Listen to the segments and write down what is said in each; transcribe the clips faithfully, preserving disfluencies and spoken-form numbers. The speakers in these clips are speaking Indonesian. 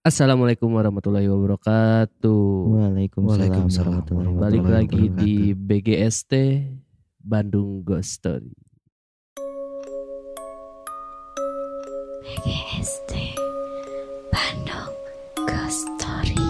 Assalamualaikum warahmatullahi wabarakatuh. Waalaikumsalam warahmatullahi Balik lagi wabarakatuh. di B G S T Bandung Ghost Story. B G S T Bandung Ghost Story.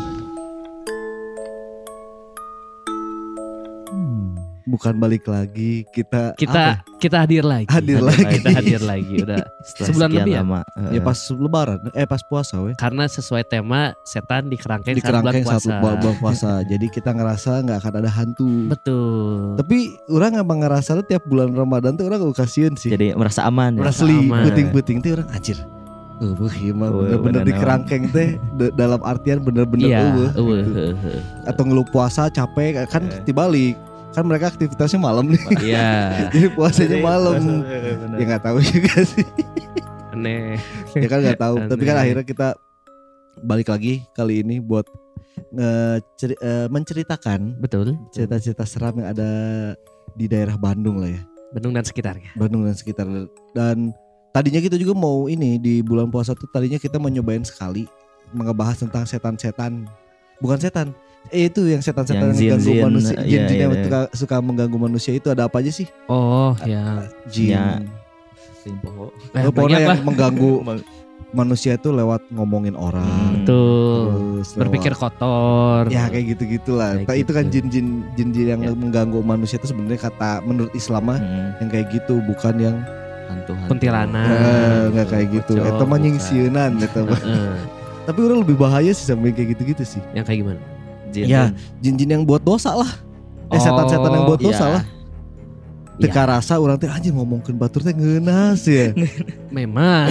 Bukan balik lagi, kita Kita apa kita hadir lagi. Hadir lagi. Kita hadir lagi udah Setelah sebulan sekian lebih ya. lama, ya? eh, Ya pas lebaran, eh pas puasa weh. Karena sesuai tema setan di kerangkeng Di saat bulan kerangkeng saat puasa. bulan bulan puasa. Jadi kita ngerasa nggak akan ada hantu. Betul. Tapi orang emang ngerasa tuh tiap bulan Ramadan tuh orang kasihan sih. jadi merasa aman ya. Merasa Asli aman. puting-puting tuh orang anjir. Uh, buh, iya mah Eueuh, bener-bener di bener kerangkeng teh de- dalam artian bener-bener Iya, eueuh, eueuh, gitu. heuh. Atau ngeluh puasa capek kan Eh. dibalik. Kan mereka aktivitasnya malam nih. Iya, Jadi puasanya Jadi, malam. puasa, bener. Ya nggak tahu juga sih. aneh. Ya kan nggak tahu. Tapi kan Aneh. akhirnya kita balik lagi kali ini buat nge- eh, menceritakan Betul. cerita-cerita seram yang ada di daerah Bandung lah ya. Bandung dan sekitarnya. Bandung dan sekitar. Dan tadinya kita juga mau ini di bulan puasa tuh tadinya kita mau nyobain sekali ngebahas tentang setan-setan. Bukan setan. Eh itu yang setan-setan Yang yang, mengganggu zin-zin, manusia, iya, jin-jin iya, yang iya. suka, suka mengganggu manusia itu ada apa aja sih? Oh, ya. Jin. Ya. Limpo. Eh, Oh, pokoknya banyak lah. yang mengganggu manusia itu lewat ngomongin orang. Hmm. Betul. Terus Berpikir lewat- kotor. Ya kayak gitu-gitulah. Kayak Nah, itu kan gitu. jin-jin jin-jin yang Ya. mengganggu manusia itu sebenarnya kata menurut Islam mah Hmm, yang kayak gitu, bukan yang hantu-hantu. Kuntilanan. eh, nggak kayak gitu. Pocong, Eta mah bukan. nyingsieun eta mah. Heeh. Tapi orang lebih bahaya sih sama yang kayak gitu-gitu sih. Yang kayak gimana? Jin, Ya. jin. Jin-jin yang buat dosa lah. Eh Oh, setan-setan yang buat dosa iya. lah. Teka rasa orang teh anjir ngomongkeun batur teh ngeunas ya. Memang.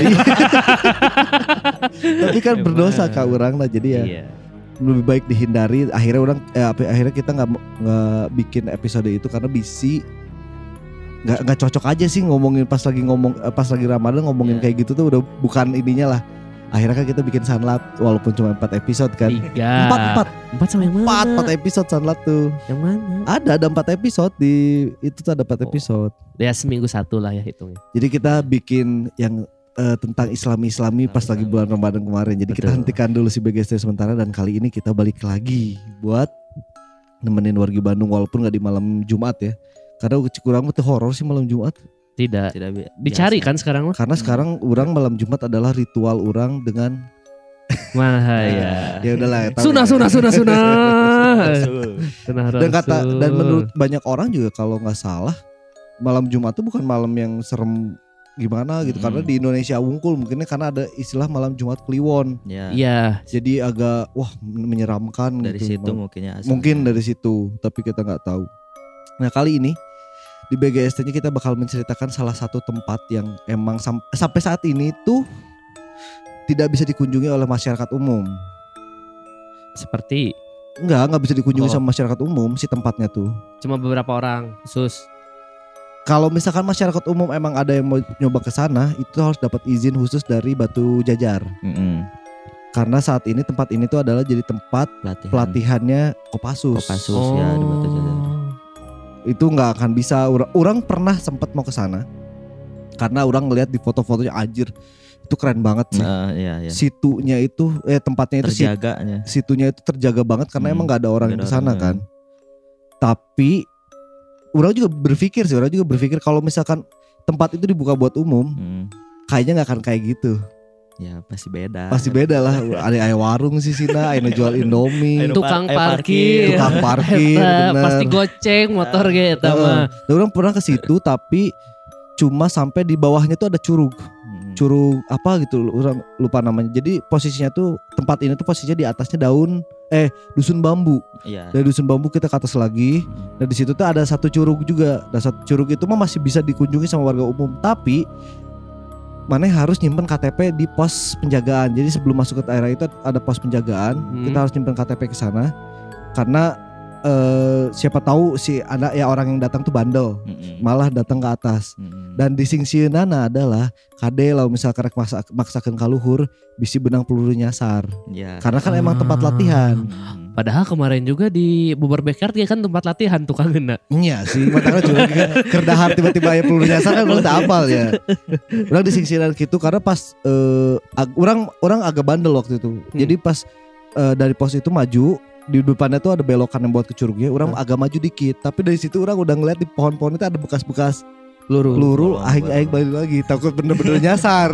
Tapi kan berdosa ka urang lah jadi ya Iya. lebih baik dihindari. Akhirnya orang eh, apa- akhirnya kita nggak nggak bikin episode itu karena bisi nggak nggak cocok aja sih ngomongin pas lagi ngomong eh, pas lagi Ramadan ngomongin Iya. kayak gitu tuh udah bukan ininya lah. Akhirnya kan kita bikin Sunlat walaupun cuma empat episode kan. Tiga. Empat empat Empat sama yang mana? empat empat episode Sunlat tuh. Yang mana? Ada ada empat episode di itu tuh ada empat Oh. episode. Ya seminggu satu lah ya hitungnya. Jadi kita bikin yang eh, tentang Islami-Islami pas lagi bulan Ramadan kemarin. Jadi kita Betul. hentikan dulu si B G S T sementara dan kali ini kita balik lagi buat nemenin wargi Bandung walaupun nggak di malam Jumat ya. Karena kurang tuh horor sih malam Jumat. Tidak. Tidak bi- Dicari biasa. kan sekarang mah. Karena sekarang orang malam Jumat adalah ritual orang dengan Mana ya. ya udahlah. tahu Sunah, ya. sunah, sunah, sunah. Sunah Dan kata Rasul. dan menurut banyak orang juga kalau nggak salah malam Jumat tuh bukan malam yang serem gimana gitu Hmm. karena di Indonesia wungkul mungkinnya karena ada istilah malam Jumat Kliwon. Ya. Iya. Jadi agak wah menyeramkan Dari gitu. situ mungkinnya asalnya. Mungkin dari situ, tapi kita nggak tahu. Nah kali ini di B G S T-nya kita bakal menceritakan salah satu tempat yang emang sam- sampai saat ini tuh tidak bisa dikunjungi oleh masyarakat umum. Seperti Enggak, nggak bisa dikunjungi Oh. sama masyarakat umum si tempatnya tuh. cuma beberapa orang khusus. Kalau misalkan masyarakat umum emang ada yang mau nyoba ke sana, itu harus dapat izin khusus dari Batu Jajar. Mm-mm. Karena saat ini tempat ini tuh adalah jadi tempat Pelatihan. pelatihannya Kopassus. Kopassus ya di Batu Jajar. Itu nggak akan bisa. Orang, orang pernah sempat mau ke sana karena orang ngelihat di foto-fotonya anjir itu keren banget sih. Nah, iya, iya. Situnya itu eh tempatnya itu sit- Terjaganya. situnya itu terjaga banget karena Hmm, emang nggak ada orang nggak di ada sana orang, kan. Tapi orang juga berpikir sih, orang juga berpikir kalau misalkan tempat itu dibuka buat umum, Hmm. kayaknya nggak akan kayak gitu. Ya pasti beda. Pasti beda lah. Ada aya warung sih Sina, aya nu jual Indomie, Aya nu Tukang Ayo parkir. tukang parkir, Eta, bener. pasti goceng motor ge eta Heeh. mah. Dan orang pernah ke situ tapi cuma sampai di bawahnya tuh ada curug. Hmm. Curug apa gitu orang lupa namanya. Jadi posisinya tuh tempat ini tuh posisinya di atasnya daun eh dusun bambu. Iya. Dari dusun bambu kita ke atas lagi. Hmm. Dan di situ tuh ada satu curug juga. Dan satu curug itu mah masih bisa dikunjungi sama warga umum, tapi mana harus nyimpen K T P di pos penjagaan. Jadi sebelum masuk ke daerah itu ada pos penjagaan. Hmm. Kita harus nyimpen K T P ke sana. Karena eh, siapa tahu si ada ya orang yang datang tuh bandel, Mm-mm. malah datang ke atas. Mm-mm. Dan di singsieunaana adalah kade lalu misalkan rek maksa, maksakeun ka luhur bisi benang peluru nyasar. Ya. Karena kan emang tempat latihan. Hmm. Padahal kemarin juga di Bubur Backyard ya kan tempat latihan tuh kangen. Iya sih, makanya juga kerdahar tiba-tiba ya peluru nyasar kan udah apal ya. Orang disingsiran gitu karena pas uh, ag- orang orang agak bandel waktu itu. Hmm. Jadi pas uh, dari pos itu maju di depannya tuh ada belokan yang buat ke curugnya. Orang hmm. agak maju dikit, tapi dari situ orang udah ngeliat di pohon-pohon itu ada bekas-bekas peluru. Peluru, aing-aing balik lagi takut bener-bener nyasar.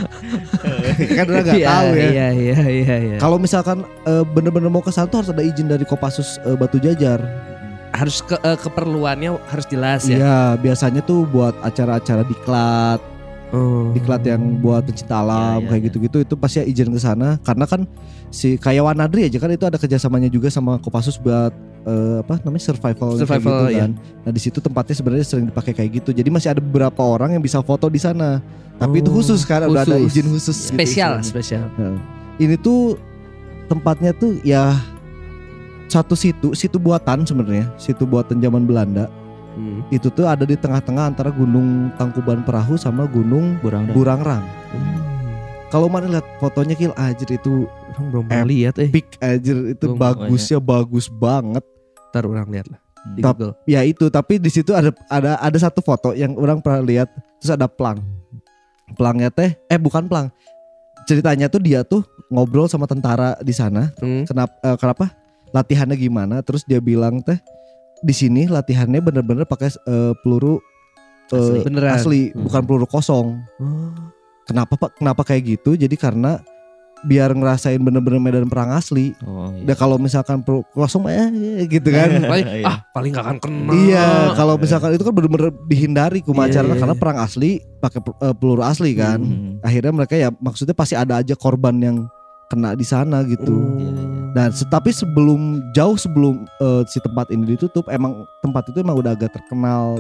Kan udah nggak tahu ya. Iya iya iya. iya. Kalau misalkan uh, bener-bener mau ke sana tuh harus ada izin dari Kopassus uh, Batu Jajar. Harus ke, uh, keperluannya harus jelas ya. Iya, biasanya tuh buat acara-acara diklat. Oh. Diklat yang buat pencinta alam ya, ya, kayak ya. gitu-gitu itu pasti izin ke sana karena kan si kayak Wanadri aja kan itu ada kerjasamanya juga sama Kopassus buat uh, apa namanya survival, survival gitu kan. Ya. Nah di situ tempatnya sebenarnya sering dipakai kayak gitu. Jadi masih ada beberapa orang yang bisa foto di sana. Tapi oh, itu khusus kan khusus. Udah ada izin khusus spesial gitu, spesial. Nah, ini tuh tempatnya tuh ya satu situ situ buatan sebenarnya situ buatan zaman Belanda. Hmm. Itu tuh ada di tengah-tengah antara Gunung Tangkuban Perahu sama Gunung Burangrang. Burangrang. Hmm. Kalau mana lihat fotonya Kil anjir itu orang belum pernah lihat eh. Epic anjir itu belum bagusnya banyak. Bagus banget. Ntar orang lihat lah di Tap, Google. Ya itu tapi di situ ada ada ada satu foto yang orang pernah lihat terus ada plang. Plangnya teh eh bukan plang. Ceritanya tuh dia tuh ngobrol sama tentara di sana. Hmm. Kenapa eh, kenapa? Latihannya gimana? Terus dia bilang teh di sini latihannya bener-bener pakai uh, peluru uh, asli, asli hmm. bukan peluru kosong. Hmm. Kenapa Pak? Kenapa kayak gitu? Jadi karena biar ngerasain bener-bener medan perang asli. Oh, iya. Dan kalau misalkan peluru kosong eh gitu kan. paling, ah paling gak akan kena. Iya, kalau misalkan itu kan bener-bener dihindari kumacaranya iya, iya. Karena perang asli pakai uh, peluru asli kan. Hmm. Akhirnya mereka ya maksudnya pasti ada aja korban yang kena di sana gitu. Hmm. Iya, iya. Dan tapi sebelum jauh sebelum uh, si tempat ini ditutup, emang tempat itu emang udah agak terkenal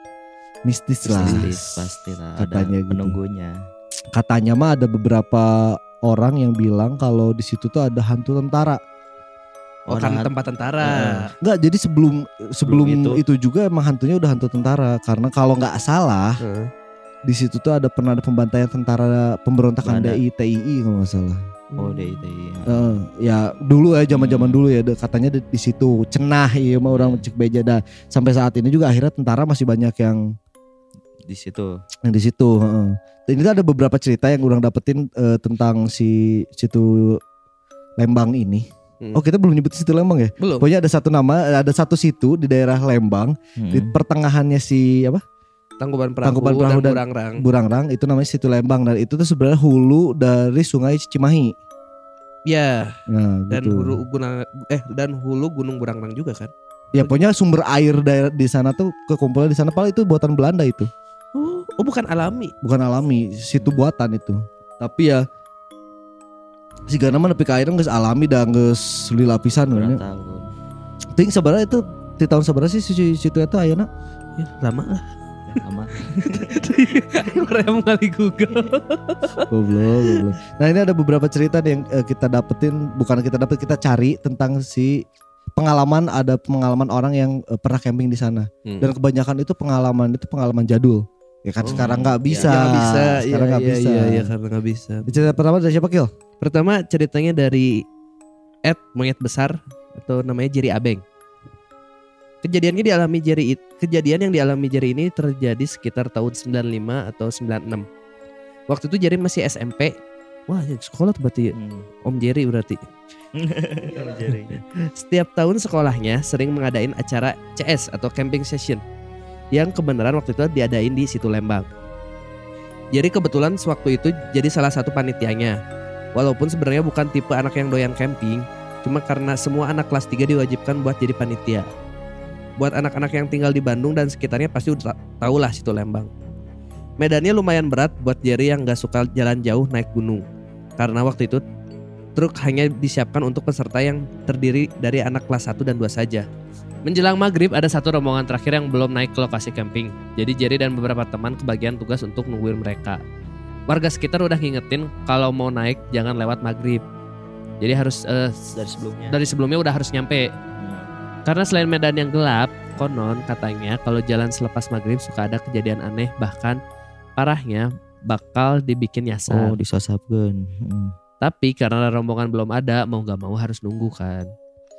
mistis lah. Mistis pasti lah. Katanya ada penunggunya. Gitu. Katanya mah ada beberapa orang yang bilang kalau di situ tuh ada hantu tentara. Oh, kan tempat tentara. Uh, enggak, jadi sebelum sebelum, sebelum itu. itu juga emang hantunya udah hantu tentara karena kalau nggak salah uh. di situ tuh ada pernah ada pembantaian tentara pemberontakan D I T I I kalau nggak salah. Oh D I T I. Ya, uh, ya dulu ya zaman-zaman hmm. dulu ya katanya di, di situ cenah ya mah orang cek beja dah. Sampai saat ini juga akhirnya tentara masih banyak yang di situ. Yang di situ, heeh. Dan itu ada beberapa cerita yang orang dapetin uh, tentang si situ Lembang ini. Hmm. Oh, kita belum nyebut situ Lembang ya? Belum. Pokoknya ada satu nama, ada satu situ di daerah Lembang, hmm. di pertengahannya si apa? Tangkuban Perahu, Tangkuban Perahu dan, dan Burangrang. Burangrang itu namanya situ Lembang dan itu tuh sebenarnya hulu dari Sungai Cimahi. Ya. Nah, dan gitu. hulu gunung eh dan hulu Gunung Burangrang juga kan? Ya pokoknya sumber air daerah di sana tuh kekumpulnya di sana, padahal itu buatan Belanda itu. Oh, oh bukan alami. Bukan alami, situ buatan itu. Tapi ya si Gana mah nepi ka air geus alami dan geus lila pisan kan. Ting sebenarnya itu di tahun seberapa sih si situ eta ayeuna? Ya, lama lah. Lama. Orang kali Google. Goblok, goblok. Nah, ini ada beberapa cerita yang uh, kita dapetin, bukan kita dapet, kita cari tentang si pengalaman, ada pengalaman orang yang uh, pernah camping di sana. Hmm. Dan kebanyakan itu pengalaman itu pengalaman jadul. Ya kan oh, sekarang nggak bisa. Ya, gak bisa. Sekarang nggak ya, bisa. Iya, iya, karena nggak bisa. Cerita pertama dari siapa, Kil? Pertama ceritanya dari Ed Monyet Besar atau namanya Jerry Abeng. Kejadiannya dialami Jerry kejadian yang dialami Jerry ini terjadi sekitar tahun sembilan puluh lima atau sembilan puluh enam. Waktu itu Jerry masih S M P. Wah, sekolah tuh berarti hmm. Om Jerry berarti. Om Jerry. Setiap tahun sekolahnya sering mengadain acara C S atau camping session yang kebenaran waktu itu diadain di situ Lembang. Jerry kebetulan sewaktu itu jadi salah satu panitianya. Walaupun sebenarnya bukan tipe anak yang doyan camping, cuma karena semua anak kelas tiga diwajibkan buat jadi panitia. Buat anak-anak yang tinggal di Bandung dan sekitarnya pasti udah tau lah situ Lembang. Medannya lumayan berat buat Jerry yang gak suka jalan jauh naik gunung. Karena waktu itu truk hanya disiapkan untuk peserta yang terdiri dari anak kelas satu dan dua saja. Menjelang maghrib ada satu rombongan terakhir yang belum naik ke lokasi camping. Jadi Jerry dan beberapa teman kebagian tugas untuk nungguin mereka. Warga sekitar udah ngingetin kalau mau naik jangan lewat maghrib. Jadi harus uh, dari sebelumnya. Dari sebelumnya udah harus nyampe. Karena selain medan yang gelap, konon katanya kalau jalan selepas maghrib suka ada kejadian aneh, bahkan parahnya bakal dibikin nyasar. Oh, disasapkeun. Hmm. Tapi karena rombongan belum ada, mau gak mau harus nunggu kan.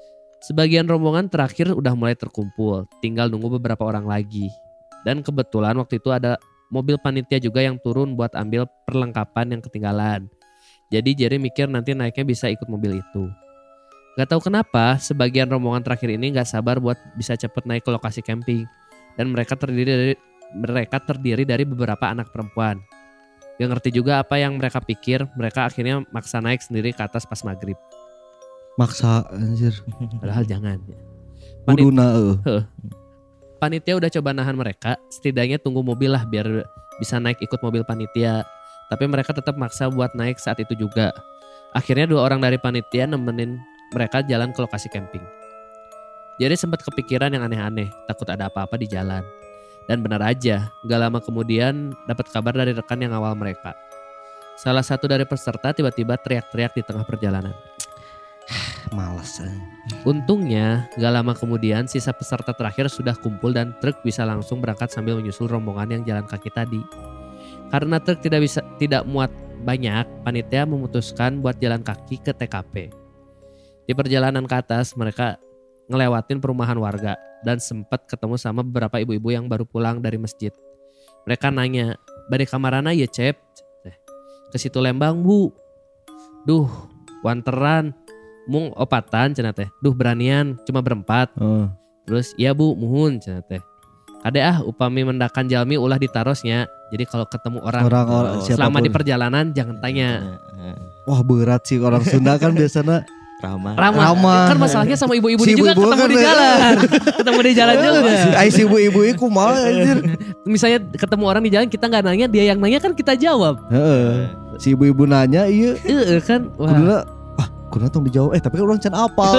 Sebagian rombongan terakhir udah mulai terkumpul, tinggal nunggu beberapa orang lagi. Dan kebetulan waktu itu ada mobil panitia juga yang turun buat ambil perlengkapan yang ketinggalan. Jadi Jerry mikir nanti naiknya bisa ikut mobil itu. Gak tahu kenapa sebagian rombongan terakhir ini gak sabar buat bisa cepet naik ke lokasi camping. Dan mereka terdiri dari mereka terdiri dari beberapa anak perempuan. Gak ngerti juga apa yang mereka pikir, mereka akhirnya maksa naik sendiri ke atas pas maghrib. Maksa anjir. Padahal jangan. Panit- Buduna eueuh. Panitia udah coba nahan mereka, setidaknya tunggu mobil lah biar bisa naik ikut mobil panitia. Tapi mereka tetap maksa buat naik saat itu juga. Akhirnya dua orang dari panitia nemenin mereka jalan ke lokasi camping. Jadi sempat kepikiran yang aneh-aneh, takut ada apa-apa di jalan. Dan benar aja, gak lama kemudian dapat kabar dari rekan yang awal mereka. Salah satu dari peserta tiba-tiba teriak-teriak di tengah perjalanan. Malas. Untungnya gak lama kemudian sisa peserta terakhir sudah kumpul dan truk bisa langsung berangkat sambil menyusul rombongan yang jalan kaki tadi. Karena truk tidak bisa tidak muat banyak, panitia memutuskan buat jalan kaki ke T K P. Di perjalanan ke atas mereka ngelewatin perumahan warga dan sempat ketemu sama beberapa ibu-ibu yang baru pulang dari masjid. Mereka nanya, "Bade kamarana ya Cep?" "Ke situ Lembang Bu." "Duh, wanteran, mung opatan cenah teh." "Duh beranian, cuma berempat." Oh. Terus, "Iya Bu, muhun cenah teh." "Kade ah upami mendakan jalmi ulah ditarosnya. Jadi kalau ketemu orang, Orang-orang Oh, selama siapapun. di perjalanan jangan tanya." Wah berat sih orang Sunda kan biasanya Ramah. Ramah. Ramah. Kan masalahnya sama ibu-ibu Si ini juga ibu-ibu ketemu kan di ya. jalan. Ketemu di jalan juga. Ai si ibu-ibu iku mah anjir. Misalnya ketemu orang di jalan kita nggak nanya, dia yang nanya kan kita jawab. Heeh. Si ibu-ibu nanya iya. Iya kan. Wah. Kuduna ah kuduna tong dijawab eh tapi kan orang can apal.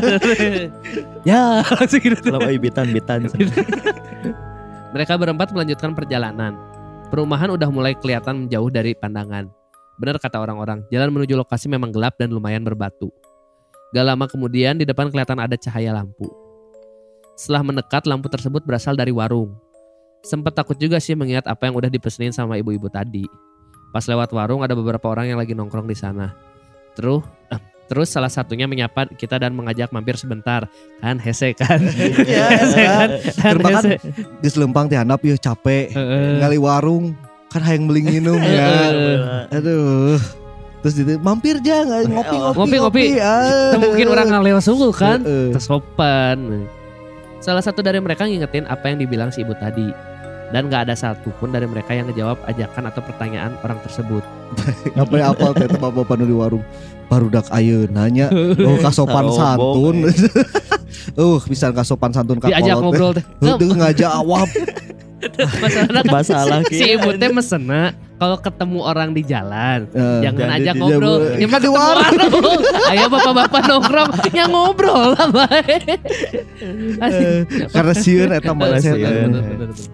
Ya langsung gitu. Kalau ai bitan-bitan. Mereka berempat melanjutkan perjalanan. Perumahan udah mulai kelihatan menjauh dari pandangan. Benar kata orang-orang, jalan menuju lokasi memang gelap dan lumayan berbatu. Gak lama kemudian di depan kelihatan ada cahaya lampu. Setelah mendekat, lampu tersebut berasal dari warung. Sempet takut juga sih mengingat apa yang udah dipesenin sama ibu-ibu tadi. Pas lewat warung ada beberapa orang yang lagi nongkrong di sana. Terus, eh, terus salah satunya menyapa kita dan mengajak mampir sebentar. Kan hese kan? Iya Hese kan? Kan Gerbang kan hese. geus lempang teh handap yeuh capek. Heeh. Ngali warung kan hayang beli minum ya. Aduh. Terus gitu mampir aja nggak ngopi-ngopi. Ngopi-ngopi. Ah. Itu mungkin orang ngalewa sungguh kan? Heeh. Tersopan. Salah satu dari mereka ngingetin apa yang dibilang si ibu tadi. Dan gak ada satupun dari mereka yang ngejawab ajakan atau pertanyaan orang tersebut. Apa ya apal teh bapak-bapak nu di warung. Barudak ayeuna nanya, oh kasopan Tahu, santun. Uh, bisa kasopan santun ka Diajak kolot teh. ngobrol teh. Heuh ngajak awap. Masalahnya kan Masalah si ibu teh mesena kalau ketemu orang di jalan Eh, jangan jangan ajak di- ngobrol. di- Ya mah di ketemu warung. warung. Ayo bapak-bapak nongkrong ya ngobrol lah bae. Eh, Karena sieun eta mindset. sieun. Eh. Bener, bener, bener.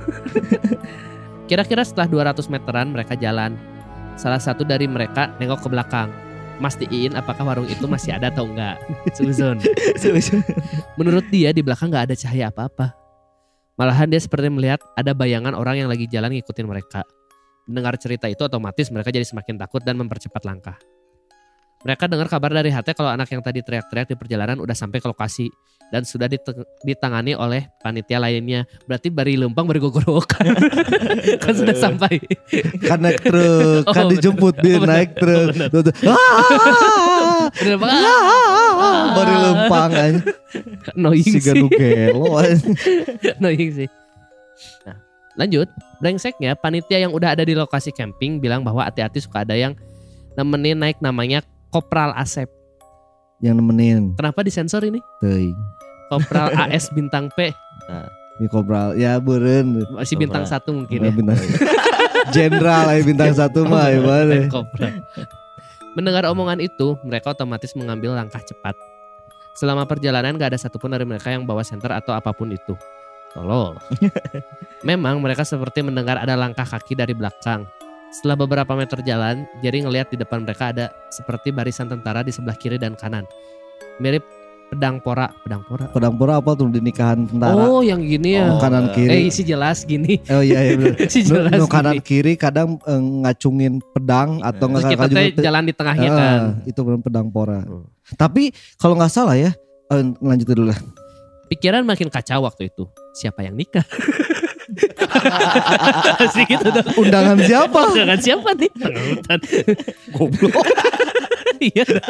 Kira-kira setelah dua ratus meteran mereka jalan. Salah satu dari mereka nengok ke belakang. Mastiin apakah warung itu masih ada atau enggak. Suzon. Menurut dia di belakang gak ada cahaya apa-apa. Malahan dia seperti melihat ada bayangan orang yang lagi jalan ngikutin mereka. Mendengar cerita itu otomatis mereka jadi semakin takut dan mempercepat langkah. Mereka dengar kabar dari H T kalau anak yang tadi teriak-teriak di perjalanan udah sampai ke lokasi dan sudah dite- ditangani oleh panitia lainnya. Berarti bari lempang bari gogorokan. Kan sudah sampai. Kan naik truk, kan Oh, dijemput bener. dia Oh, bener. naik truk. Oh, bener. Tuh, tuh, ah, Bener ah, banget. ah, ah, bari lempang anjing. Annoying Si sih. ganu gelo anjing. Annoying sih. Nah, lanjut. Brengseknya panitia yang udah ada di lokasi camping bilang bahwa hati-hati suka ada yang nemenin naik namanya Kopral Asep. Yang nemenin Kenapa disensor ini? teuing. Kopral A S bintang P. Ini kobral ya beureun. Masih bintang Kopral. satu mungkin ya. Bintang jenderal aya bintang satu mah ya mana. Kopral. Mendengar omongan itu, mereka otomatis mengambil langkah cepat. Selama perjalanan gak ada satupun dari mereka yang bawa senter atau apapun itu. Tolol. Memang mereka seperti mendengar ada langkah kaki dari belakang. Setelah beberapa meter jalan, Jerry ngelihat di depan mereka ada seperti barisan tentara di sebelah kiri dan kanan. Mirip pedang pora, pedang pora. Pedang pora apa tuh di nikahan tentara. Oh, yang gini ya. Oh, kanan Eh, kiri. isi jelas gini. Oh iya iya bener. Si Nu, jelas nu kanan gini. kiri kadang eh, ngacungin pedang atau Terus nggak kita teh jalan di tengahnya kan. itu benar pedang pora. Hmm. Tapi kalau nggak salah ya Oh, lanjut dulu lah. Pikiran makin kacau waktu itu. Siapa yang nikah? Sih gitu dong. Undangan siapa? Undangan siapa nih? Tengah hutan. Goblok. Iya dong.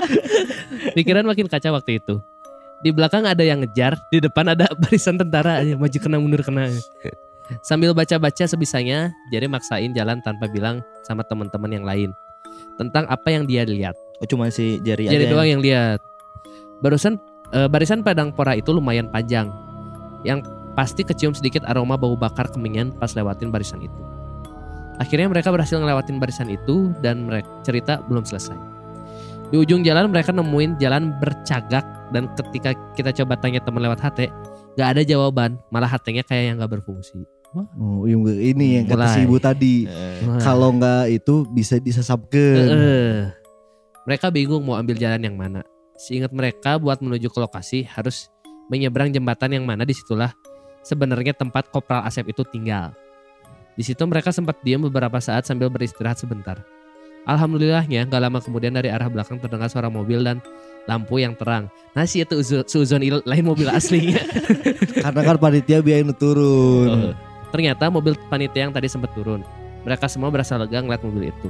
Pikiran makin kacau waktu itu. Di belakang ada yang ngejar, di depan ada barisan tentara, maju kena mundur kena. Sambil baca-baca sebisanya, Jerry maksain jalan tanpa bilang sama teman-teman yang lain tentang apa yang dia lihat. Oh cuma si Jerry, Jerry aja. doang yang lihat. Barusan e, barisan padang pora itu lumayan panjang, yang pasti kecium sedikit aroma bau bakar kemenyan pas lewatin barisan itu. Akhirnya mereka berhasil ngelewatin barisan itu dan mereka cerita belum selesai. Di ujung jalan mereka nemuin jalan bercagak dan ketika kita coba tanya teman lewat H T, gak ada jawaban, malah H T-nya kayak yang gak berfungsi. Oh, ini yang kata Mulai. si ibu tadi. Eh, Wah. Kalau nggak itu bisa disesapkan. Eh, mereka bingung mau ambil jalan yang mana. Seingat mereka buat menuju ke lokasi harus menyeberang jembatan yang mana disitulah sebenarnya tempat Kopral Asep itu tinggal. Di situ mereka sempat diam beberapa saat sambil beristirahat sebentar. Alhamdulillahnya gak lama kemudian dari arah belakang terdengar suara mobil dan lampu yang terang. Nah sih itu suzon lain mobil aslinya. Karena kan panitia biayain turun. Oh. Ternyata mobil panitia yang tadi sempat turun. Mereka semua berasa lega ngeliat mobil itu.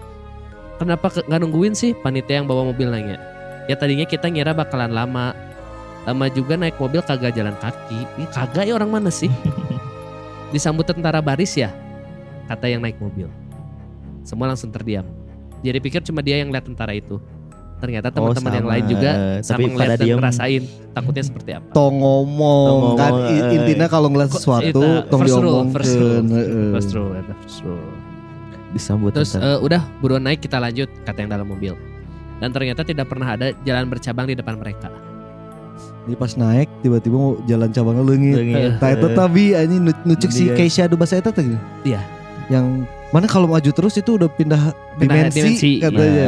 Kenapa ke- gak nungguin sih panitia yang bawa mobil nanya? Ya tadinya kita ngira bakalan lama. Lama juga naik mobil kagak jalan kaki. Ih, kagak ya orang mana sih? Disambut tentara baris ya? Kata yang naik mobil. Semua langsung terdiam. Jadi pikir cuma dia yang lihat tentara itu. Ternyata teman-teman Oh, yang sama. lain juga Eh, sama tapi ngeliat pada dan diem. ngerasain takutnya seperti apa. Tong ngomong, Tong kan ngomong, i- eh. intinya kalau ngeliat sesuatu Itu tong first rule, diomongkeun. first rule. Heeh. First rule, ada first rule. disambut Terus tentara. eh, udah buruan naik kita lanjut, kata yang dalam mobil. Dan ternyata tidak pernah ada jalan bercabang di depan mereka. Jadi pas naik tiba-tiba mau jalan cabangnya leungit. Leungit. Nah itu tapi anjing nu- nucuk si Dia. Keisha adu bahasa eta teh. Iya. Yang mana kalau maju terus itu udah pindah, Pindah dimensi, dimensi, katanya.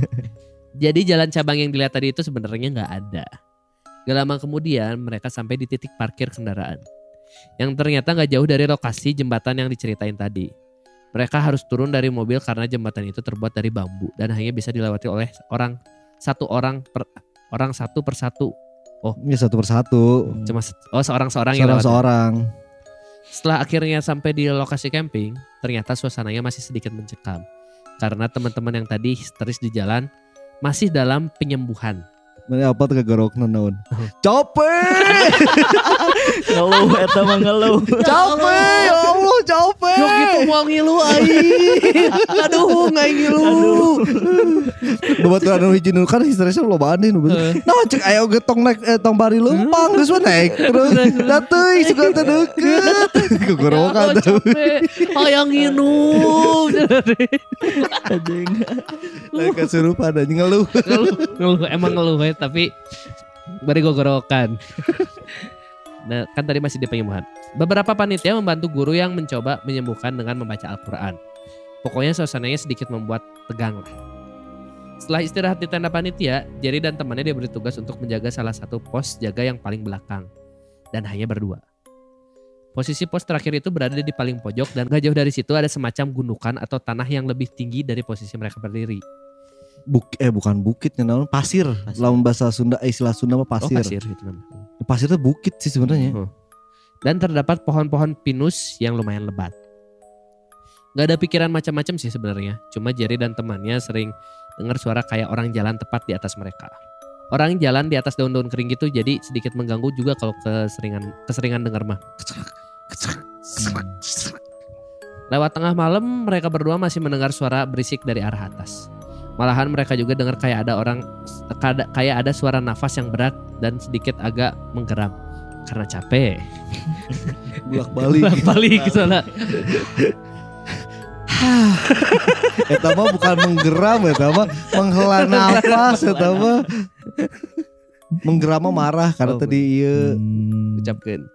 Jadi jalan cabang yang dilihat tadi itu sebenarnya nggak ada. Gak lama kemudian mereka sampai di titik parkir kendaraan. Yang ternyata nggak jauh dari lokasi jembatan yang diceritain tadi. Mereka harus turun dari mobil karena jembatan itu terbuat dari bambu dan hanya bisa dilewati oleh orang satu orang per orang satu persatu. Ini satu persatu. Cuma se- oh seorang seorang yang lewat. Seorang-seorang. Setelah akhirnya sampai di lokasi camping, ternyata suasananya masih sedikit mencekam. Karena teman-teman yang tadi histeris di jalan masih dalam penyembuhan. Mana apa tuh kegorokna naon? Capek. Ngeluh eta mah ngeluh. Capek. Ya Allah, capek. Yo gitu mau ngilu aing. Aduh ngai ngilu. Babaturan anu hiji nu kan histerisnya lobaan deui nu. Nah cek aya oge tong naik eh, tong bari leumpang geus we naik terus da teuing suka teu deukeut. Kegorokan tuh. Capek. Hayang nginum. Anjing. Lain kasurupan anjing ngeluh. Ngeluh, ngeluh emang ngeluh we, tapi bari gogorokan. Nah kan tadi masih di penyembuhan. Beberapa panitia membantu guru yang mencoba menyembuhkan dengan membaca Al-Quran. Pokoknya suasananya sedikit membuat tegang lah. Setelah istirahat di tenda panitia, Jerry dan temannya diberi tugas untuk menjaga salah satu pos jaga yang paling belakang. Dan hanya berdua. Posisi pos terakhir itu berada di paling pojok dan gak jauh dari situ ada semacam gundukan atau tanah yang lebih tinggi dari posisi mereka berdiri. Buk, eh bukan bukitnya naon pasir. Pasir. Lamun bahasa Sunda eh, istilah Sunda mah Oh pasir. pasir gitu namanya. Pasir itu bukit sih sebenarnya. Hmm. Dan terdapat pohon-pohon pinus yang lumayan lebat. Gak ada pikiran macam-macam sih sebenarnya. Cuma Jerry dan temannya sering dengar suara kayak orang jalan tepat di atas mereka. Orang jalan di atas daun-daun kering gitu jadi sedikit mengganggu juga kalau keseringan keseringan dengar mah. Lewat tengah malam mereka berdua masih mendengar suara berisik dari arah atas. Malahan mereka juga dengar kayak ada orang kayak ada suara nafas yang berat dan sedikit agak menggeram karena capek. Bolak-balik. Balik ke sana. Eta mah bukan menggeram, eta mah menghela nafas, eta mah menggeram mah marah karena Oh, tadi ieu Hmm. Ucapkan.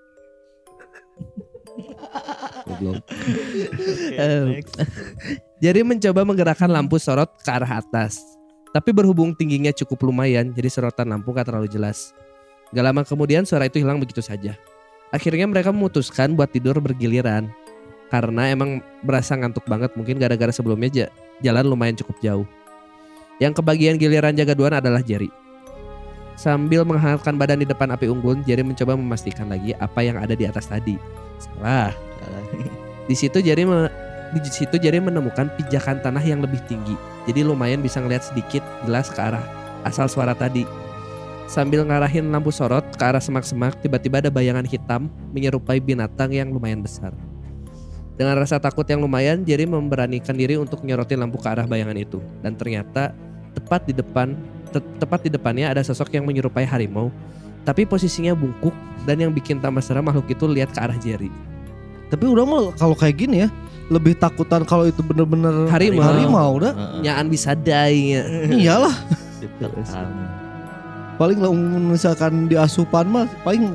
goblok. Eh, Jadi mencoba menggerakkan lampu sorot ke arah atas. Tapi berhubung tingginya cukup lumayan, jadi sorotan lampu gak terlalu jelas. Gak lama kemudian suara itu hilang begitu saja. Akhirnya mereka memutuskan buat tidur bergiliran. Karena emang berasa ngantuk banget, mungkin gara-gara sebelumnya ja- jalan lumayan cukup jauh. Yang kebagian giliran jaga duaan adalah Jerry. Sambil menghangatkan badan di depan api unggun, Jerry mencoba memastikan lagi apa yang ada di atas tadi. Salah. Di situ Jerry me, di situ Jerry menemukan pijakan tanah yang lebih tinggi. Jadi lumayan bisa ngelihat sedikit jelas ke arah asal suara tadi. Sambil ngarahin lampu sorot ke arah semak-semak, tiba-tiba ada bayangan hitam menyerupai binatang yang lumayan besar. Dengan rasa takut yang lumayan, Jerry memberanikan diri untuk nyorotin lampu ke arah bayangan itu. Dan ternyata tepat di depan te- tepat di depannya ada sosok yang menyerupai harimau, tapi posisinya bungkuk, dan yang bikin tambah seram makhluk itu lihat ke arah Jerry. Tapi udah mah kalau kayak gini ya, lebih takutan kalau itu bener-bener Harimau. harimau udah. Nyaan bisa daya. Iyalah, Am. paling lah misalkan di asupan mah paling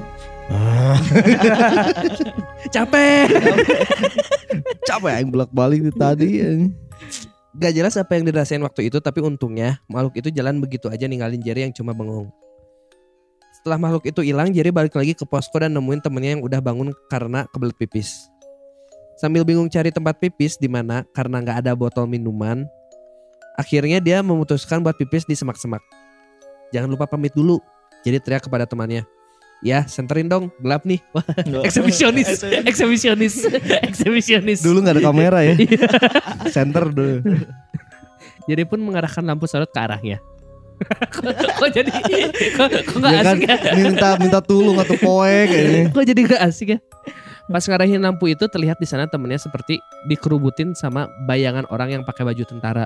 Capek. capek yang bolak-balik itu tadi. Gak jelas apa yang dirasain waktu itu, tapi untungnya makhluk itu jalan begitu aja ninggalin Jerry yang cuma bengong. Setelah makhluk itu hilang, Jerry balik lagi ke posko dan nemuin temennya yang udah bangun karena kebelet pipis. Sambil bingung cari tempat pipis di mana karena nggak ada botol minuman, akhirnya dia memutuskan buat pipis di semak-semak. Jangan lupa pamit dulu, Jerry teriak kepada temannya. Ya, senterin dong, gelap nih. Wah, eksibisionis, eksibisionis, eksibisionis. Dulu nggak ada kamera ya, center dulu. Jadi pun mengarahkan lampu sorot ke arahnya. kok, kok jadi kok, kok gak Ya kan, asik ya? minta minta tulung atau poek kayaknya. Kok jadi gak asik ya? Pas ngarahin lampu itu terlihat di sana temennya seperti dikerubutin sama bayangan orang yang pakai baju tentara.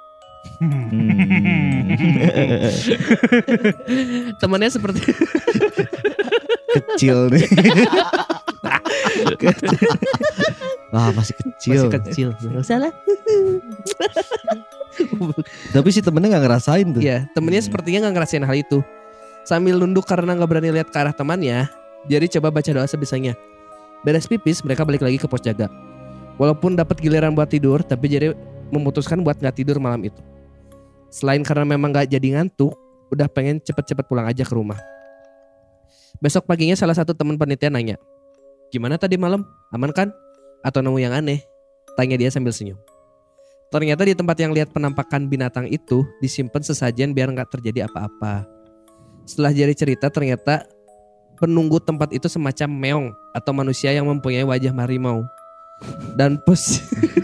Hmm. Temennya seperti Kecil nih. Wah, masih kecil. masih kecil. Gak usah lah. Tapi si temennya nggak ngerasain tuh. Ya, temennya sepertinya gak ngerasain hal itu. Sambil nunduk karena gak berani lihat ke arah temannya, Jerry coba baca doa sebisanya. Beres pipis, mereka balik lagi ke pos jaga. Walaupun dapat giliran buat tidur, tapi Jerry memutuskan buat gak tidur malam itu. Selain karena memang gak jadi ngantuk, udah pengen cepet-cepet pulang aja ke rumah. Besok paginya salah satu teman panitia nanya, "Gimana tadi malam? Aman kan? Atau nemu yang aneh?" Tanya dia sambil senyum. Ternyata di tempat yang lihat penampakan binatang itu disimpan sesajen biar gak terjadi apa-apa. Setelah Jerry cerita, ternyata penunggu tempat itu semacam meong atau manusia yang mempunyai wajah harimau. Dan pos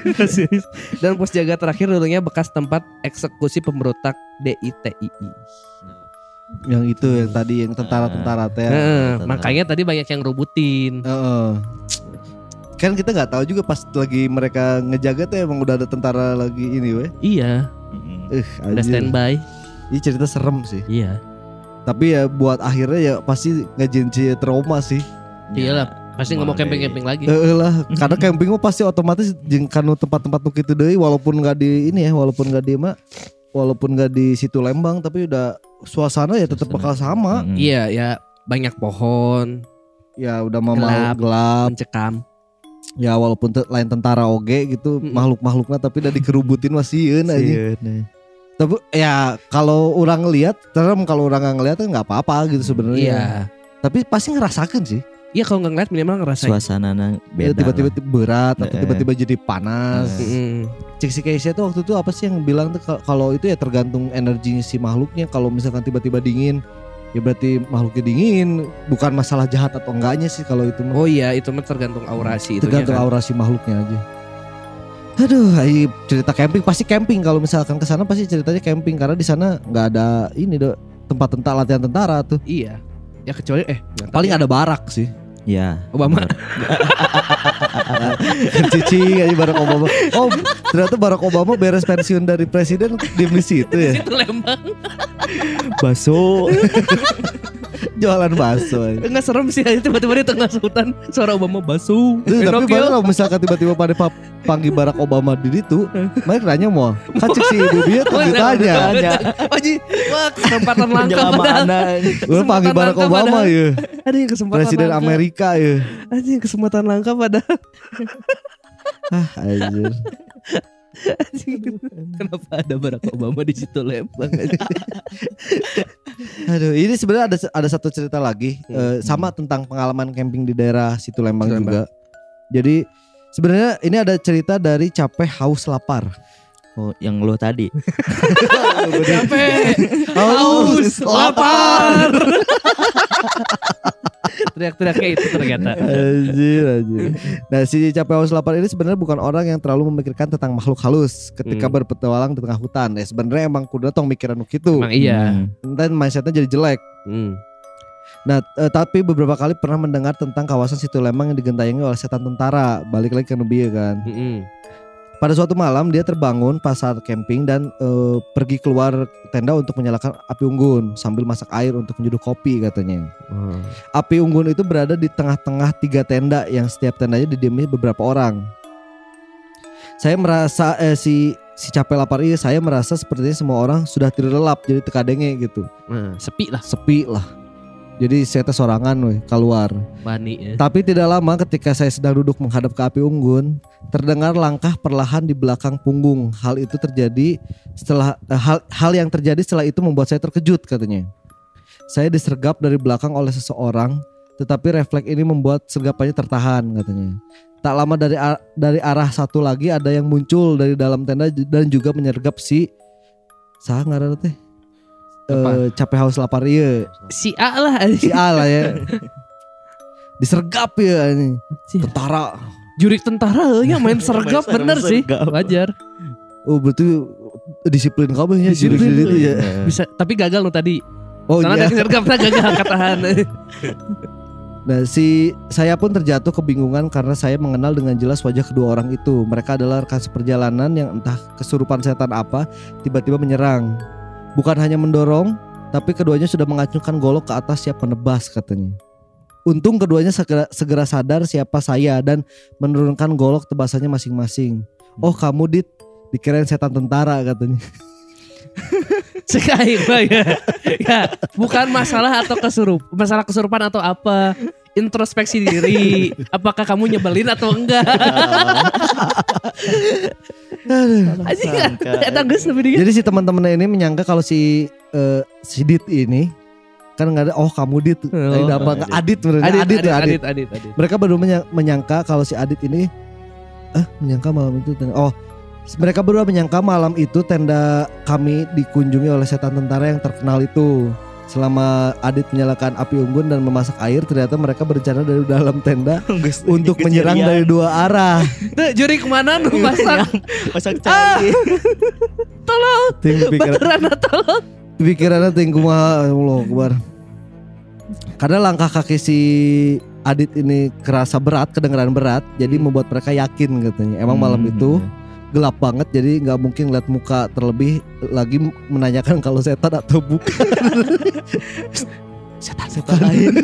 dan pos jaga terakhir dulunya bekas tempat eksekusi pemberontak D I T I I. Yang itu yang tadi yang tentara-tentara teh. Nah, makanya tadi banyak yang rubutin. Heeh. Kan kita nggak tahu juga pas lagi mereka ngejaga tuh emang udah ada tentara lagi ini weh. Iya, Eh, udah standby. Ini cerita serem sih. Iya. Tapi ya buat akhirnya ya pasti ngejinci trauma sih. Iyalah, pasti nggak mau camping-camping lagi. Heeh lah, karena camping mah pasti otomatis jeung kanu tempat-tempat nu kitu deui walaupun nggak di ini ya, walaupun nggak di mah walaupun nggak di situ Lembang tapi udah suasana ya tetap bakal sama. Mm-mm. Iya, ya banyak pohon, Ya udah mah mau Gelap. gelap. mencekam. Ya walaupun te- lain tentara oge gitu Mm-mm. makhluk-makhluknya tapi udah dikerubutin masih sieun aja. Sieun, eh. Tapi ya kalau orang ngelihat, serem kalau orang nggak ngelihat nggak apa-apa gitu sebenarnya. Iya. Tapi pasti ngerasakan sih. Iya, kalau nggak ngeliat minimal ngerasain. Suasanana Ya, beda. tiba-tiba berat atau Eh. tiba-tiba jadi panas. Eh. Mm-mm. Cik si Keisha tuh waktu itu apa sih yang bilang tuh ka- kalau itu ya tergantung energinya si makhluknya. Kalau misalkan tiba-tiba dingin, ya berarti makhluknya dingin. Bukan masalah jahat atau enggaknya sih kalau itu mah. Oh iya, itu mah tergantung aura sih itu. Tergantung kan. aura si makhluknya aja. Aduh, ai, cerita camping pasti camping. Kalau misalkan ke sana pasti ceritanya camping karena di sana nggak ada ini do tempat tentara latihan tentara tuh. Iya. Ya kecuali eh nggak tahu Paling ya. ada barak sih. Ya. Obama. Cici aja Barack Obama. Oh, ternyata Barack Obama beres pensiun dari presiden di di situ ya. Itu Lembang. Baso. Jualan bakso. aja. Enggak serem sih, tiba-tiba di tengah hutan suara Obama basu. Eh, tapi Pinocchio. baru kalau misalkan tiba-tiba pada pa- panggil Barack Obama di itu, mereka nanya mau, kacik si ibu dia tuh Oh, ditanya. tanya. Oji, wah kesempatan langka padahal. Penyelamaan. Gue panggil Kesempatan Barack langka Obama padahal. ya, Ada yang kesempatan presiden langka. Amerika ya. Anjing kesempatan langka padahal. Ah, anjir. Anjing. Kenapa ada Barack Obama di situ Lembang? Aduh, ini sebenarnya ada ada satu cerita lagi Hmm. eh, sama tentang pengalaman camping di daerah situ Lembang Situ juga. Jadi sebenarnya ini ada cerita dari capek haus lapar. Oh, yang lo tadi. Capek. Haus haus, lapar. Teriak-teriak kayak itu ternyata. Anjir, anjir. Nah, si capek haus lapar ini sebenarnya bukan orang yang terlalu memikirkan tentang makhluk halus ketika Hmm. berpetualang di tengah hutan. Ya sebenarnya emang kudu tong mikiran nu kitu. Emang iya. Hmm. Dan mindsetnya jadi jelek. Hmm. Nah, eh, tapi beberapa kali pernah mendengar tentang kawasan Situ Lembang yang digentayangi oleh setan tentara. Balik lagi ke Nubia kan. Mm-mm. Pada suatu malam dia terbangun pas saat camping dan eh, pergi keluar tenda untuk menyalakan api unggun sambil masak air untuk menyeduh kopi katanya. Oh. Api unggun itu berada di tengah-tengah tiga tenda yang setiap tendanya didiami beberapa orang. Saya merasa eh, si si capek lapar ini saya merasa sepertinya semua orang sudah tidur lelap jadi tekadenge gitu. Nah, sepi lah Sepi lah. Jadi saya teh sorangan weh keluar. Bani ya. Tapi tidak lama ketika saya sedang duduk menghadap ke api unggun, terdengar langkah perlahan di belakang punggung. Hal itu terjadi setelah eh, hal hal yang terjadi setelah itu membuat saya terkejut katanya. Saya disergap dari belakang oleh seseorang, tetapi refleks ini membuat sergapannya tertahan katanya. Tak lama dari ar- dari arah satu lagi ada yang muncul dari dalam tenda dan juga menyergap si saha ngaranna teh? Eh, capek haus lapar ieu. Si A lah. Si A lah ya. Disergap ya ini. Tentara. Jurik tentara ya main sergap Main bener sih. sergap. Wajar. Oh berarti disiplin kabehnya Disiplin jurik itu tuh. ya. Bisa tapi gagal lo tadi. Oh Karena iya. dari sergap tak gagal katahan. Nah si saya pun terjatuh kebingungan karena saya mengenal dengan jelas wajah kedua orang itu. Mereka adalah rekan seperjalanan yang entah kesurupan setan apa tiba-tiba menyerang. Bukan hanya mendorong, tapi keduanya sudah mengacungkan golok ke atas siap menebas katanya. Untung keduanya segera, segera sadar siapa saya dan menurunkan golok tebasannya masing-masing. Oh kamu Dit, dikirain setan tentara katanya. Sekali ya. Ya, bukan masalah atau kesurup, masalah kesurupan atau apa. Introspeksi diri. Apakah kamu nyebelin atau enggak? Aji kan, eta geus lebih Jadi si teman-temannya ini menyangka kalau si eh, si Dit ini kan nggak ada. Oh kamu Dit, Oh, oh, apa nggak Adit bener Adit, Adit, Adit, ya, Adit. Adit, Adit, Adit. Mereka berdua menya- menyangka kalau si Adit ini eh menyangka malam itu tenda- oh mereka berdua menyangka malam itu tenda kami dikunjungi oleh setan tentara yang terkenal itu. Selama Adit menyalakan api unggun dan memasak air, ternyata mereka berencana dari dalam tenda untuk menyerang dari dua arah. Tuh juri kemana nu masak? Masak cai. Tolong, Ting pikiran, baterana tolong. pikirannya ting kumaha Allah Akbar. Karena langkah kaki si Adit ini kerasa berat, kedengeran berat, jadi membuat mereka yakin katanya. Emang malam itu gelap banget, jadi nggak mungkin lihat muka, terlebih lagi menanyakan kalau setan atau bukan. Setan-setan lain.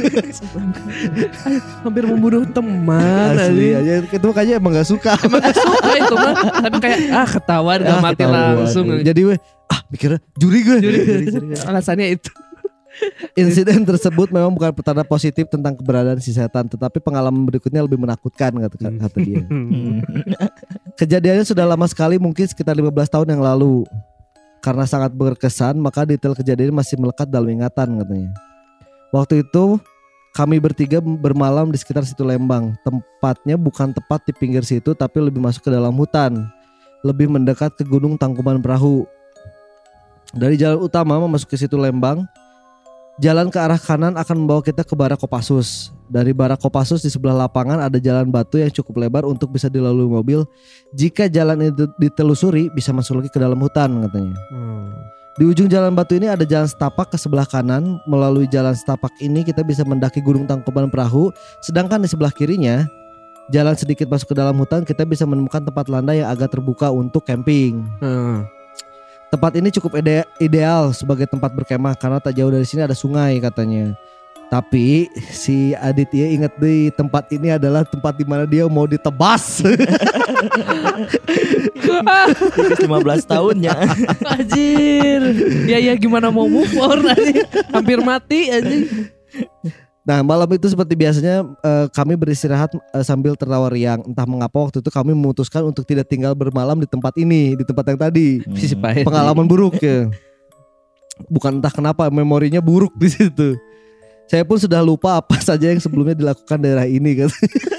Hampir membunuh teman. Asli Asli. aja itu makanya emang gak suka. Emang gak suka itu mah. Tapi kayak ah ketahuan gak Ah, mati ketahuan. langsung. Jadi weh ah mikirnya juri gue. Juri. Alasannya itu. Insiden tersebut memang bukan petanda positif tentang keberadaan si setan, tetapi pengalaman berikutnya lebih menakutkan kata, kata dia. Kejadiannya sudah lama sekali, mungkin sekitar lima belas tahun yang lalu. Karena sangat berkesan, maka detail kejadian masih melekat dalam ingatan katanya. Waktu itu kami bertiga bermalam di sekitar Situ Lembang. Tempatnya bukan tepat di pinggir situ, tapi lebih masuk ke dalam hutan, lebih mendekat ke Gunung Tangkuban Perahu. Dari jalan utama memasuki Situ Lembang, jalan ke arah kanan akan membawa kita ke Barak Kopassus. Dari Barak Kopassus di sebelah lapangan ada jalan batu yang cukup lebar untuk bisa dilalui mobil. Jika jalan itu ditelusuri bisa masuk lagi ke dalam hutan katanya. Di ujung jalan batu ini ada jalan setapak ke sebelah kanan. Melalui jalan setapak ini kita bisa mendaki Gunung Tangkuban Perahu. Sedangkan di sebelah kirinya, jalan sedikit masuk ke dalam hutan, kita bisa menemukan tempat landai yang agak terbuka untuk camping. Hmm. Tempat ini cukup ide- ideal sebagai tempat berkemah karena tak jauh dari sini ada sungai katanya. Tapi si Aditya ingat di tempat ini adalah tempat di mana dia mau ditebas. lima belas tahunnya. Anjir. Ya ya gimana mau move on anjing. Hampir mati anjing. Nah malam itu seperti biasanya eh, kami beristirahat eh, sambil tertawa riang. Entah mengapa waktu itu kami memutuskan untuk tidak tinggal bermalam di tempat ini, di tempat yang tadi. Sisi pahit. Pengalaman buruk ya. Bukan entah kenapa memorinya buruk di situ. Saya pun sudah lupa apa saja yang sebelumnya dilakukan daerah ini kan.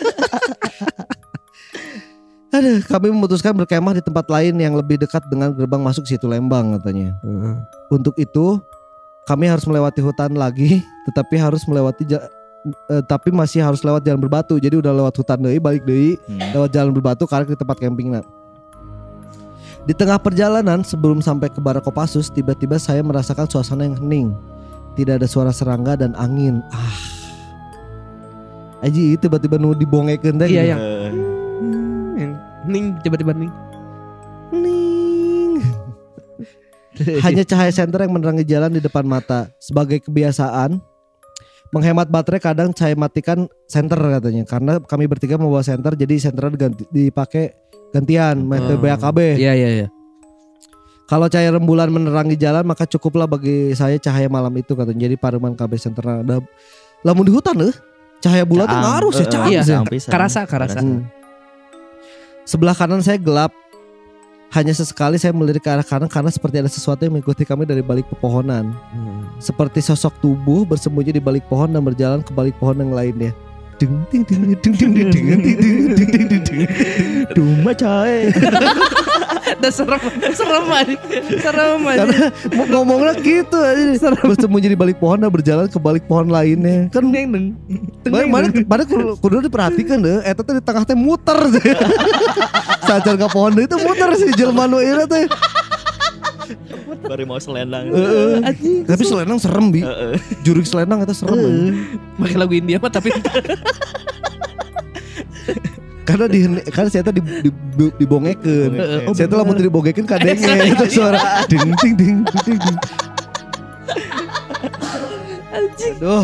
Aduh, kami memutuskan berkemah di tempat lain yang lebih dekat dengan gerbang masuk Situ Lembang katanya. Untuk itu kami harus melewati hutan lagi, tetapi harus melewati ja- eh, tapi masih harus lewat jalan berbatu. Jadi udah lewat hutan deui, balik deui, Hmm. lewat jalan berbatu karena ke tempat campingna. Di tengah perjalanan sebelum sampai ke Barakopassus, tiba-tiba saya merasakan suasana yang hening. Tidak ada suara serangga dan angin. Ah. Aji tiba-tiba nu dibongekeun teh. Iya, gitu. yang Eh, yang ning tiba-tiba ning. Ning. Hanya cahaya senter yang menerangi jalan di depan mata. Sebagai kebiasaan menghemat baterai, kadang saya matikan senter katanya. Karena kami bertiga membawa senter, jadi senternya diganti, dipakai gantian mete Oh. B A K B. Iya iya iya. Kalau cahaya rembulan menerangi jalan, maka cukuplah bagi saya cahaya malam itu katanya. Jadi pareman K B center ada lamun di hutan eh cahaya bulan tuh Caang. ngaruh sih, Eh, caang iya. sih. caang pisan. Karasa karasa. Hmm. Sebelah kanan saya gelap. Hanya sesekali saya melirik ke arah kanan karena seperti ada sesuatu yang mengikuti kami dari balik pepohonan. Hmm. Seperti sosok tubuh bersembunyi di balik pohon dan berjalan ke balik pohon yang lainnya. Ding ding ding ding ding ding ding ding ding ding ding ding. Duma cae. Udah serem, serem aja, serem aja. Karena mau ngomongnya gitu aja. Bersembunyi di balik pohon dan berjalan ke balik pohon lainnya. Kan Neng neng. Mana mana mana kudu, kudu diperhatikan deh. Eta teh di tengah teh muter. Sajar ke pohon deui teh muter sih jelema nu ieu teh. Bari mau selendang. Heeh. Anjing. Tapi selendang serem bi. Heeh. Jurig selendang eta serem. anjing. Pakai lagu India mah tapi Karena di karena saya teh di, di, di, dibongekeun. Dibongekeun. Saya teh lamun teu dibongekeun kadenge itu suara ding ding ding ding ding. Aduh.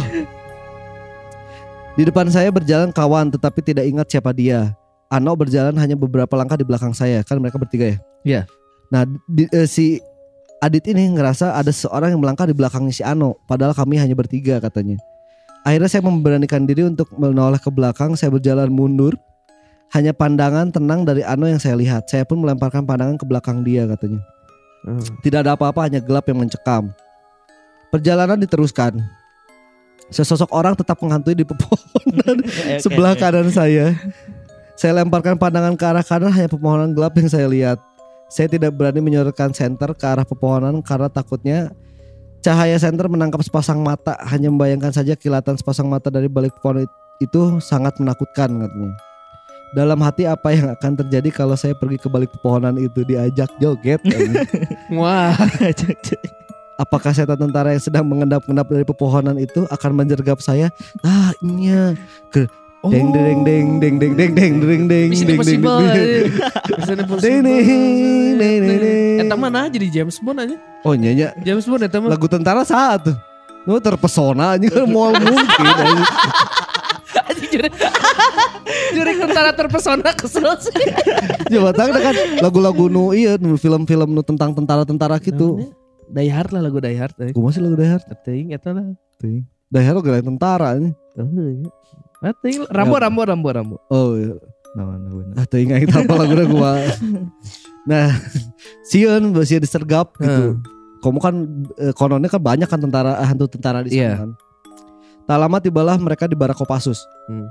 Di depan saya berjalan kawan tetapi tidak ingat siapa dia. Ano berjalan hanya beberapa langkah di belakang saya. Kan mereka bertiga ya? Iya. Nah di, eh, si Adit ini ngerasa ada seorang yang melangkah di belakangnya si Ano. Padahal kami hanya bertiga katanya. Akhirnya saya memberanikan diri untuk menoleh ke belakang. Saya berjalan mundur. Hanya pandangan tenang dari Ano yang saya lihat. Saya pun melemparkan pandangan ke belakang dia katanya. Tidak ada apa-apa, hanya gelap yang mencekam. Perjalanan diteruskan. Sesosok orang tetap menghantui di pepohonan sebelah kanan saya. Saya lemparkan pandangan ke arah kanan, hanya pepohonan gelap yang saya lihat. Saya tidak berani menyorotkan senter ke arah pepohonan karena takutnya cahaya senter menangkap sepasang mata. Hanya membayangkan saja kilatan sepasang mata dari balik pohon itu sangat menakutkan katanya. Dalam hati apa yang akan terjadi kalau saya pergi ke balik pepohonan itu, diajak joget katanya. wah. Apakah setan tentara yang sedang mengendap-endap dari pepohonan itu akan menjergap saya? Ah, iya. Ke deng deng deng deng deng deng deng deng deng Mission deng deng Impossible. deng. Mission Deng Impossible. deng deng deng deng. Eta mana jadi James Bond aja. Oh nyanyi James Bond eta mah. lagu tentara satu. Nu terpesona anjing kan moal mungkin. anjing. Anjing jadi jadi tentara terpesona kesel sih. Coba tang kan lagu-lagu nu iya nu film-film nu tentang tentara-tentara gitu. Die Hard lah lagu Die Hard. Ku masih lagu Die Hard. Teuing eta lah. Die Hard oge lain tentara anjing. Teuing. Teuing Rambo Rambo Rambo Rambo. Oh iya. Naon naon. Ah teu ingat apa lagu gua. Nah, sieun masih disergap gitu. Kamu kan eh, kononnya kan banyak kan tentara eh, hantu tentara di sana Iya. kan. Tak lama tibalah mereka di Barakopassus. Hmm.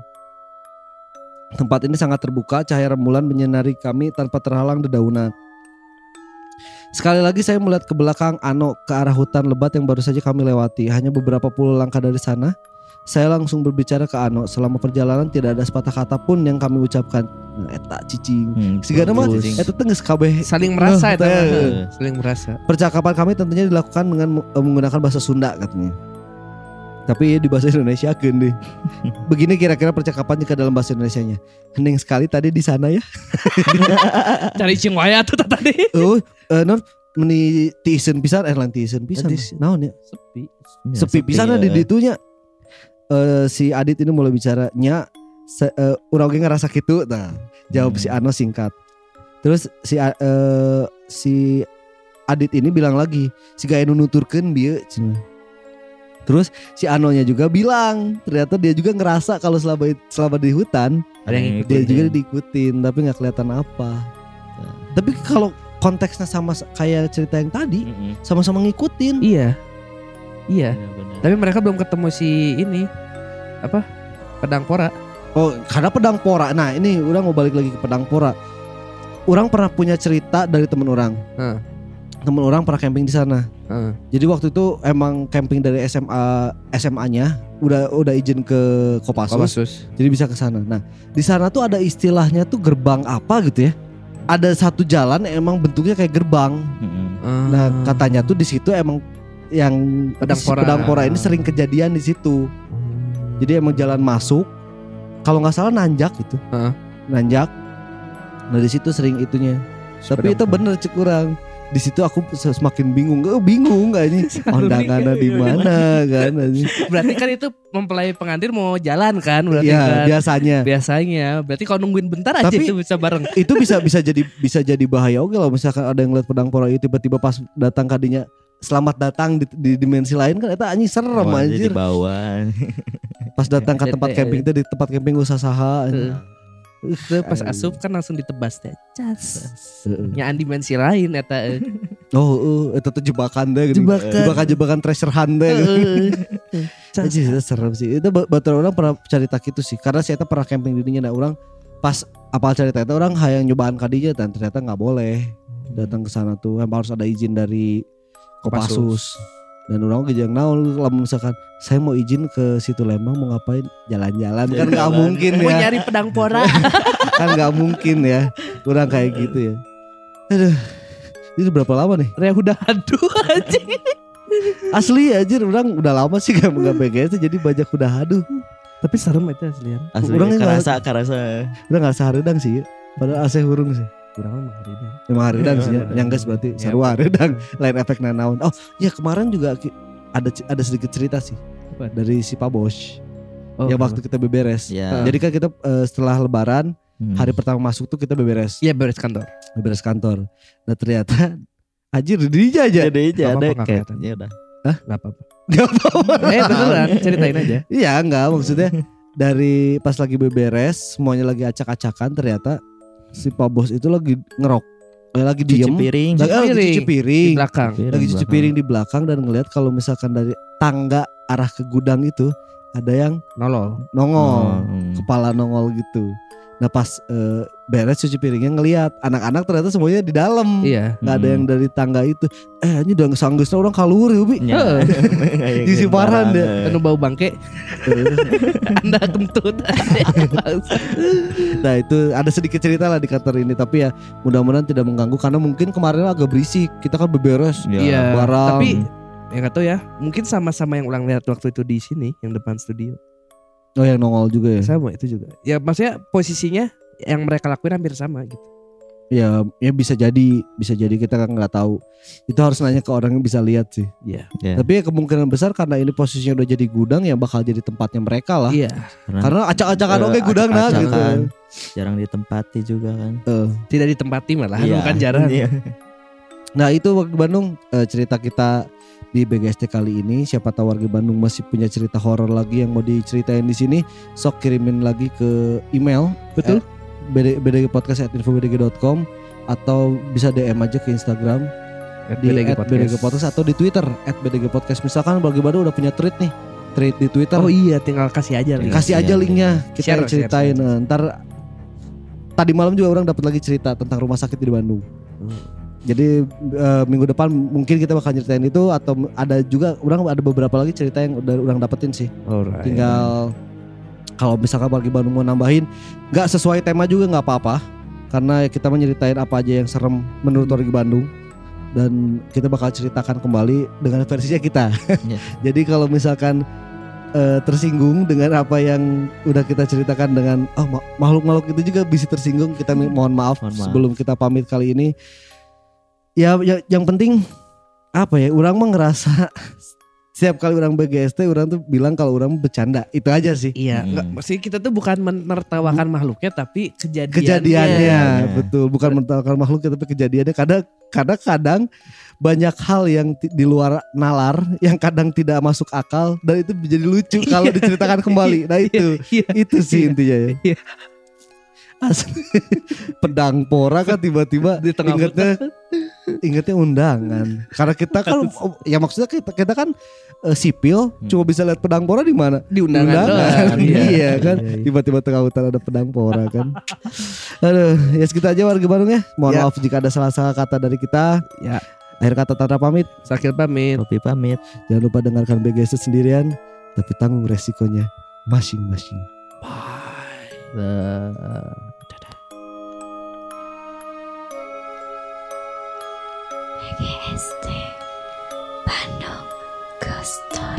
Tempat ini sangat terbuka, cahaya rembulan menyinari kami tanpa terhalang dedaunan. Sekali lagi saya melihat ke belakang Ano ke arah hutan lebat yang baru saja kami lewati. Hanya beberapa puluh langkah dari sana, saya langsung berbicara ke Ano. Selama perjalanan tidak ada sepatah kata pun yang kami ucapkan. Nah, eta cicing. Hmm, Sigana mah cicing. eta teh geus kabeh Saling merasa Eh, eta mah. teh. Saling merasa. percakapan kami tentunya dilakukan dengan eh, menggunakan bahasa Sunda katanya. Tapi di bahasa Indonesia kan deh. Begini kira-kira percakapan jika dalam bahasa Indonesianya. Hening sekali tadi di sana ya. Cari cing waya tuh tadi. Oh, eh, non meni tiisen pisan eh lain tiisen pisan. Tiisen. Naon ya? Sepi. Ya, Sepi pisan ya. di ditunya. Eh si Adit ini mulai bicara nya se, eh, urang ge ngerasa kitu. Nah, jawab Hmm. si Ano singkat. Terus si A- eh, si Adit ini bilang lagi, si gaya nu nuturkeun bieu cenah. Terus si Anonya juga bilang, ternyata dia juga ngerasa kalau selama selama di hutan Ada yang ikut dia ya. juga diikutin, tapi nggak kelihatan apa. Nah. Tapi kalau konteksnya sama s- kayak cerita yang tadi, Mm-mm. sama-sama ngikutin. Iya. Iya. Benar-benar. Tapi mereka belum ketemu si ini apa? Pedang Pora. Oh, karena pedang pora. Nah, ini orang mau balik lagi ke pedang pora. Orang pernah punya cerita dari temen orang. Heeh. temen orang pernah camping di sana. Heeh. Jadi waktu itu emang camping dari S M A S M A-nya udah udah izin ke Kopassus. Kopassus. Jadi bisa ke sana. Nah, di sana tuh ada istilahnya tuh gerbang apa gitu ya. Ada satu jalan yang emang bentuknya kayak gerbang. Mm-mm. Nah, katanya tuh di situ emang yang Pedang si pora. pedang pora ini sering kejadian di situ. Jadi emang jalan masuk. Kalau nggak salah nanjak gitu. Heeh. Nanjak. Nah, di situ sering itunya. Tapi Pedang itu pora. bener cek kurang. Di situ aku semakin bingung. Oh, bingung gak ini? Undangannya di mana kan? Berarti kan itu mempelai pengantin mau jalan kan berarti Iya, kan. biasanya. Biasanya. Berarti kalau nungguin bentar aja Tapi- itu bisa bareng. Itu bisa bisa jadi bisa jadi bahaya oke loh misalkan ada yang lihat pedang pora itu tiba-tiba pas datang kadinya selamat datang di, di dimensi lain kan eta anjing serem Wah, jadi anjir. bawah. Pas datang ke tempat Tete, camping itu di tempat camping usaha saha. anjing. Itu pas asup kan langsung ditebas teh. Cas. Heeh. Nya dimensi lain eta. eh. Oh, uh, itu tuh jebakan deh. gini. Jebakan. Jebakan-jebakan treasure hunt deh. Heeh. Cas. Anjir, itu serem sih. Itu ba- batur orang pernah cerita gitu sih. Karena saya pernah camping di dinya nah orang pas apal cerita itu orang hayang nyobaan kadinya dan ternyata nggak boleh datang ke sana tuh. Emang harus ada izin dari Kopassus. Dan orang gejang naon lamun misalkan saya mau izin ke situ Lembang mau ngapain jalan-jalan kan nggak Jalan. mungkin Mau ya. nyari pedang pora. Kan nggak mungkin ya. Kurang kayak gitu ya. Aduh. Itu berapa lama nih? Rea udah aduh anjing. Asli anjir orang udah lama sih gak nggak B G S jadi banyak udah aduh. Tapi serem itu aslian. Asli Orangnya nggak- kerasa kerasa. Udah gak sahareudang sih. Padahal ase hurung sih. Kurang mah hari Emang hareudang sih. Iya, Yang guys berarti iya. seru hareudang. Lain efek nanaon. Oh ya kemarin juga ki- ada ada sedikit cerita sih. Apa? Dari si Pak Bos. Oh, Yang waktu kita beberes. Ya. Jadi kan kita eh, setelah lebaran Hmm. hari pertama masuk tuh kita beberes. Iya beres kantor. Beberes kantor. Nah ternyata Anjir dirinya aja. Jadi aja Apa-apa ada nggak kayak kelihatan. ya udah. Gak apa-apa. Gak apa-apa. Eh beneran ceritain aja. Iya enggak maksudnya dari pas lagi beberes semuanya lagi acak-acakan ternyata si Pak Bos itu lagi ngerok, eh, lagi Cuci diem, piring. lagi, oh, lagi piring. cuci Di piring, belakang. lagi cuci piring di belakang dan ngelihat kalau misalkan dari tangga arah ke gudang itu ada yang Nolol. nongol, Hmm. kepala nongol gitu. Nah pas eh, beres cuci piringnya ngelihat anak-anak ternyata semuanya di dalam, Iya. nggak ada Hmm. yang dari tangga itu. Eh ini udah ngesanggeusna orang kalur ya Bi. Ya. Di Siparan deh. Penuh bau bangke. Anda kentut. Nah itu ada sedikit cerita lah di kantor ini tapi ya mudah-mudahan tidak mengganggu karena mungkin kemarin agak berisik kita kan beberes Ya. Iya. barang. Tapi ya nggak tahu ya. Mungkin sama-sama yang ulang lihat waktu itu di sini, yang depan studio. Oh yang nongol juga ya. Sama itu juga. Ya maksudnya posisinya yang mereka lakuin hampir sama gitu. Ya ya bisa jadi bisa jadi kita kan nggak tahu. Itu harus nanya ke orang yang bisa lihat sih. Iya. Ya. Tapi ya kemungkinan besar karena ini posisinya udah jadi gudang ya bakal jadi tempatnya mereka lah. Iya. Karena acak-acakan Eh, oke gudang nah gitu. acak-acakan. Jarang ditempati juga kan. Eh. Tidak ditempati malah. Iya. Bukan jarang. Iya. Nah itu warga Bandung eh, cerita kita di B G S T kali ini. Siapa tahu warga Bandung masih punya cerita horor lagi yang mau diceritain di sini. Sok kirimin lagi ke email. Betul. B D G podcast at info b d g dot com atau bisa D M aja ke Instagram At di B D G at B D G Podcast atau di Twitter at B D G Podcast. Misalkan warga Bandung udah punya tweet nih, tweet di Twitter. Oh iya, tinggal kasih aja link. Kasih aja Iya, linknya, kita Share, yang ceritain. share, Nah, ntar tadi malam juga orang dapat lagi cerita tentang rumah sakit di Bandung. Hmm. Jadi eh, minggu depan mungkin kita bakal ceritain itu atau ada juga orang ada beberapa lagi cerita yang udah orang dapetin sih. Alright. Tinggal kalau misalkan warga Bandung mau nambahin, nggak sesuai tema juga nggak apa-apa. Karena kita menyeritain apa aja yang serem menurut warga Bandung dan kita bakal ceritakan kembali dengan versinya kita. Iya. Jadi kalau misalkan eh, tersinggung dengan apa yang udah kita ceritakan dengan oh ma- makhluk-makhluk itu juga bisa tersinggung, kita mi- mohon maaf, Mohon maaf. sebelum kita pamit kali ini. Ya, ya yang penting apa ya? Orang mah ngerasa setiap kali orang B G S T orang tuh bilang kalau orang bercanda. Itu aja sih. Iya, Hmm. enggak, maksudnya kita tuh bukan menertawakan makhluknya tapi kejadiannya. Kejadiannya Iya. betul, bukan mentalkan makhluknya tapi kejadiannya. Kadang kadang kadang banyak hal yang ti- di luar nalar yang kadang tidak masuk akal dan itu menjadi lucu kalau Iya. diceritakan kembali. Nah itu Iya. itu sih Iya. intinya ya. Iya. Asli pedang pora kan tiba-tiba Di tengah ingetnya ingetnya undangan. Karena kita kan ya maksudnya kita, kita kan eh, sipil Hmm. cuma bisa lihat pedang pora di mana? di undangan. Undangan. doang. Iya kan. Iya, iya. Tiba-tiba tengah hutan ada pedang pora kan. Aduh, ya segitu aja warga Bandung ya. Mohon Ya. maaf jika ada salah-salah kata dari kita. Ya. Akhir kata Tata pamit. Sakil pamit. Ropi pamit. Jangan lupa dengarkan B G S sendirian, tapi tanggung resikonya masing-masing. Bye. B G S T Bandung Ghost Story.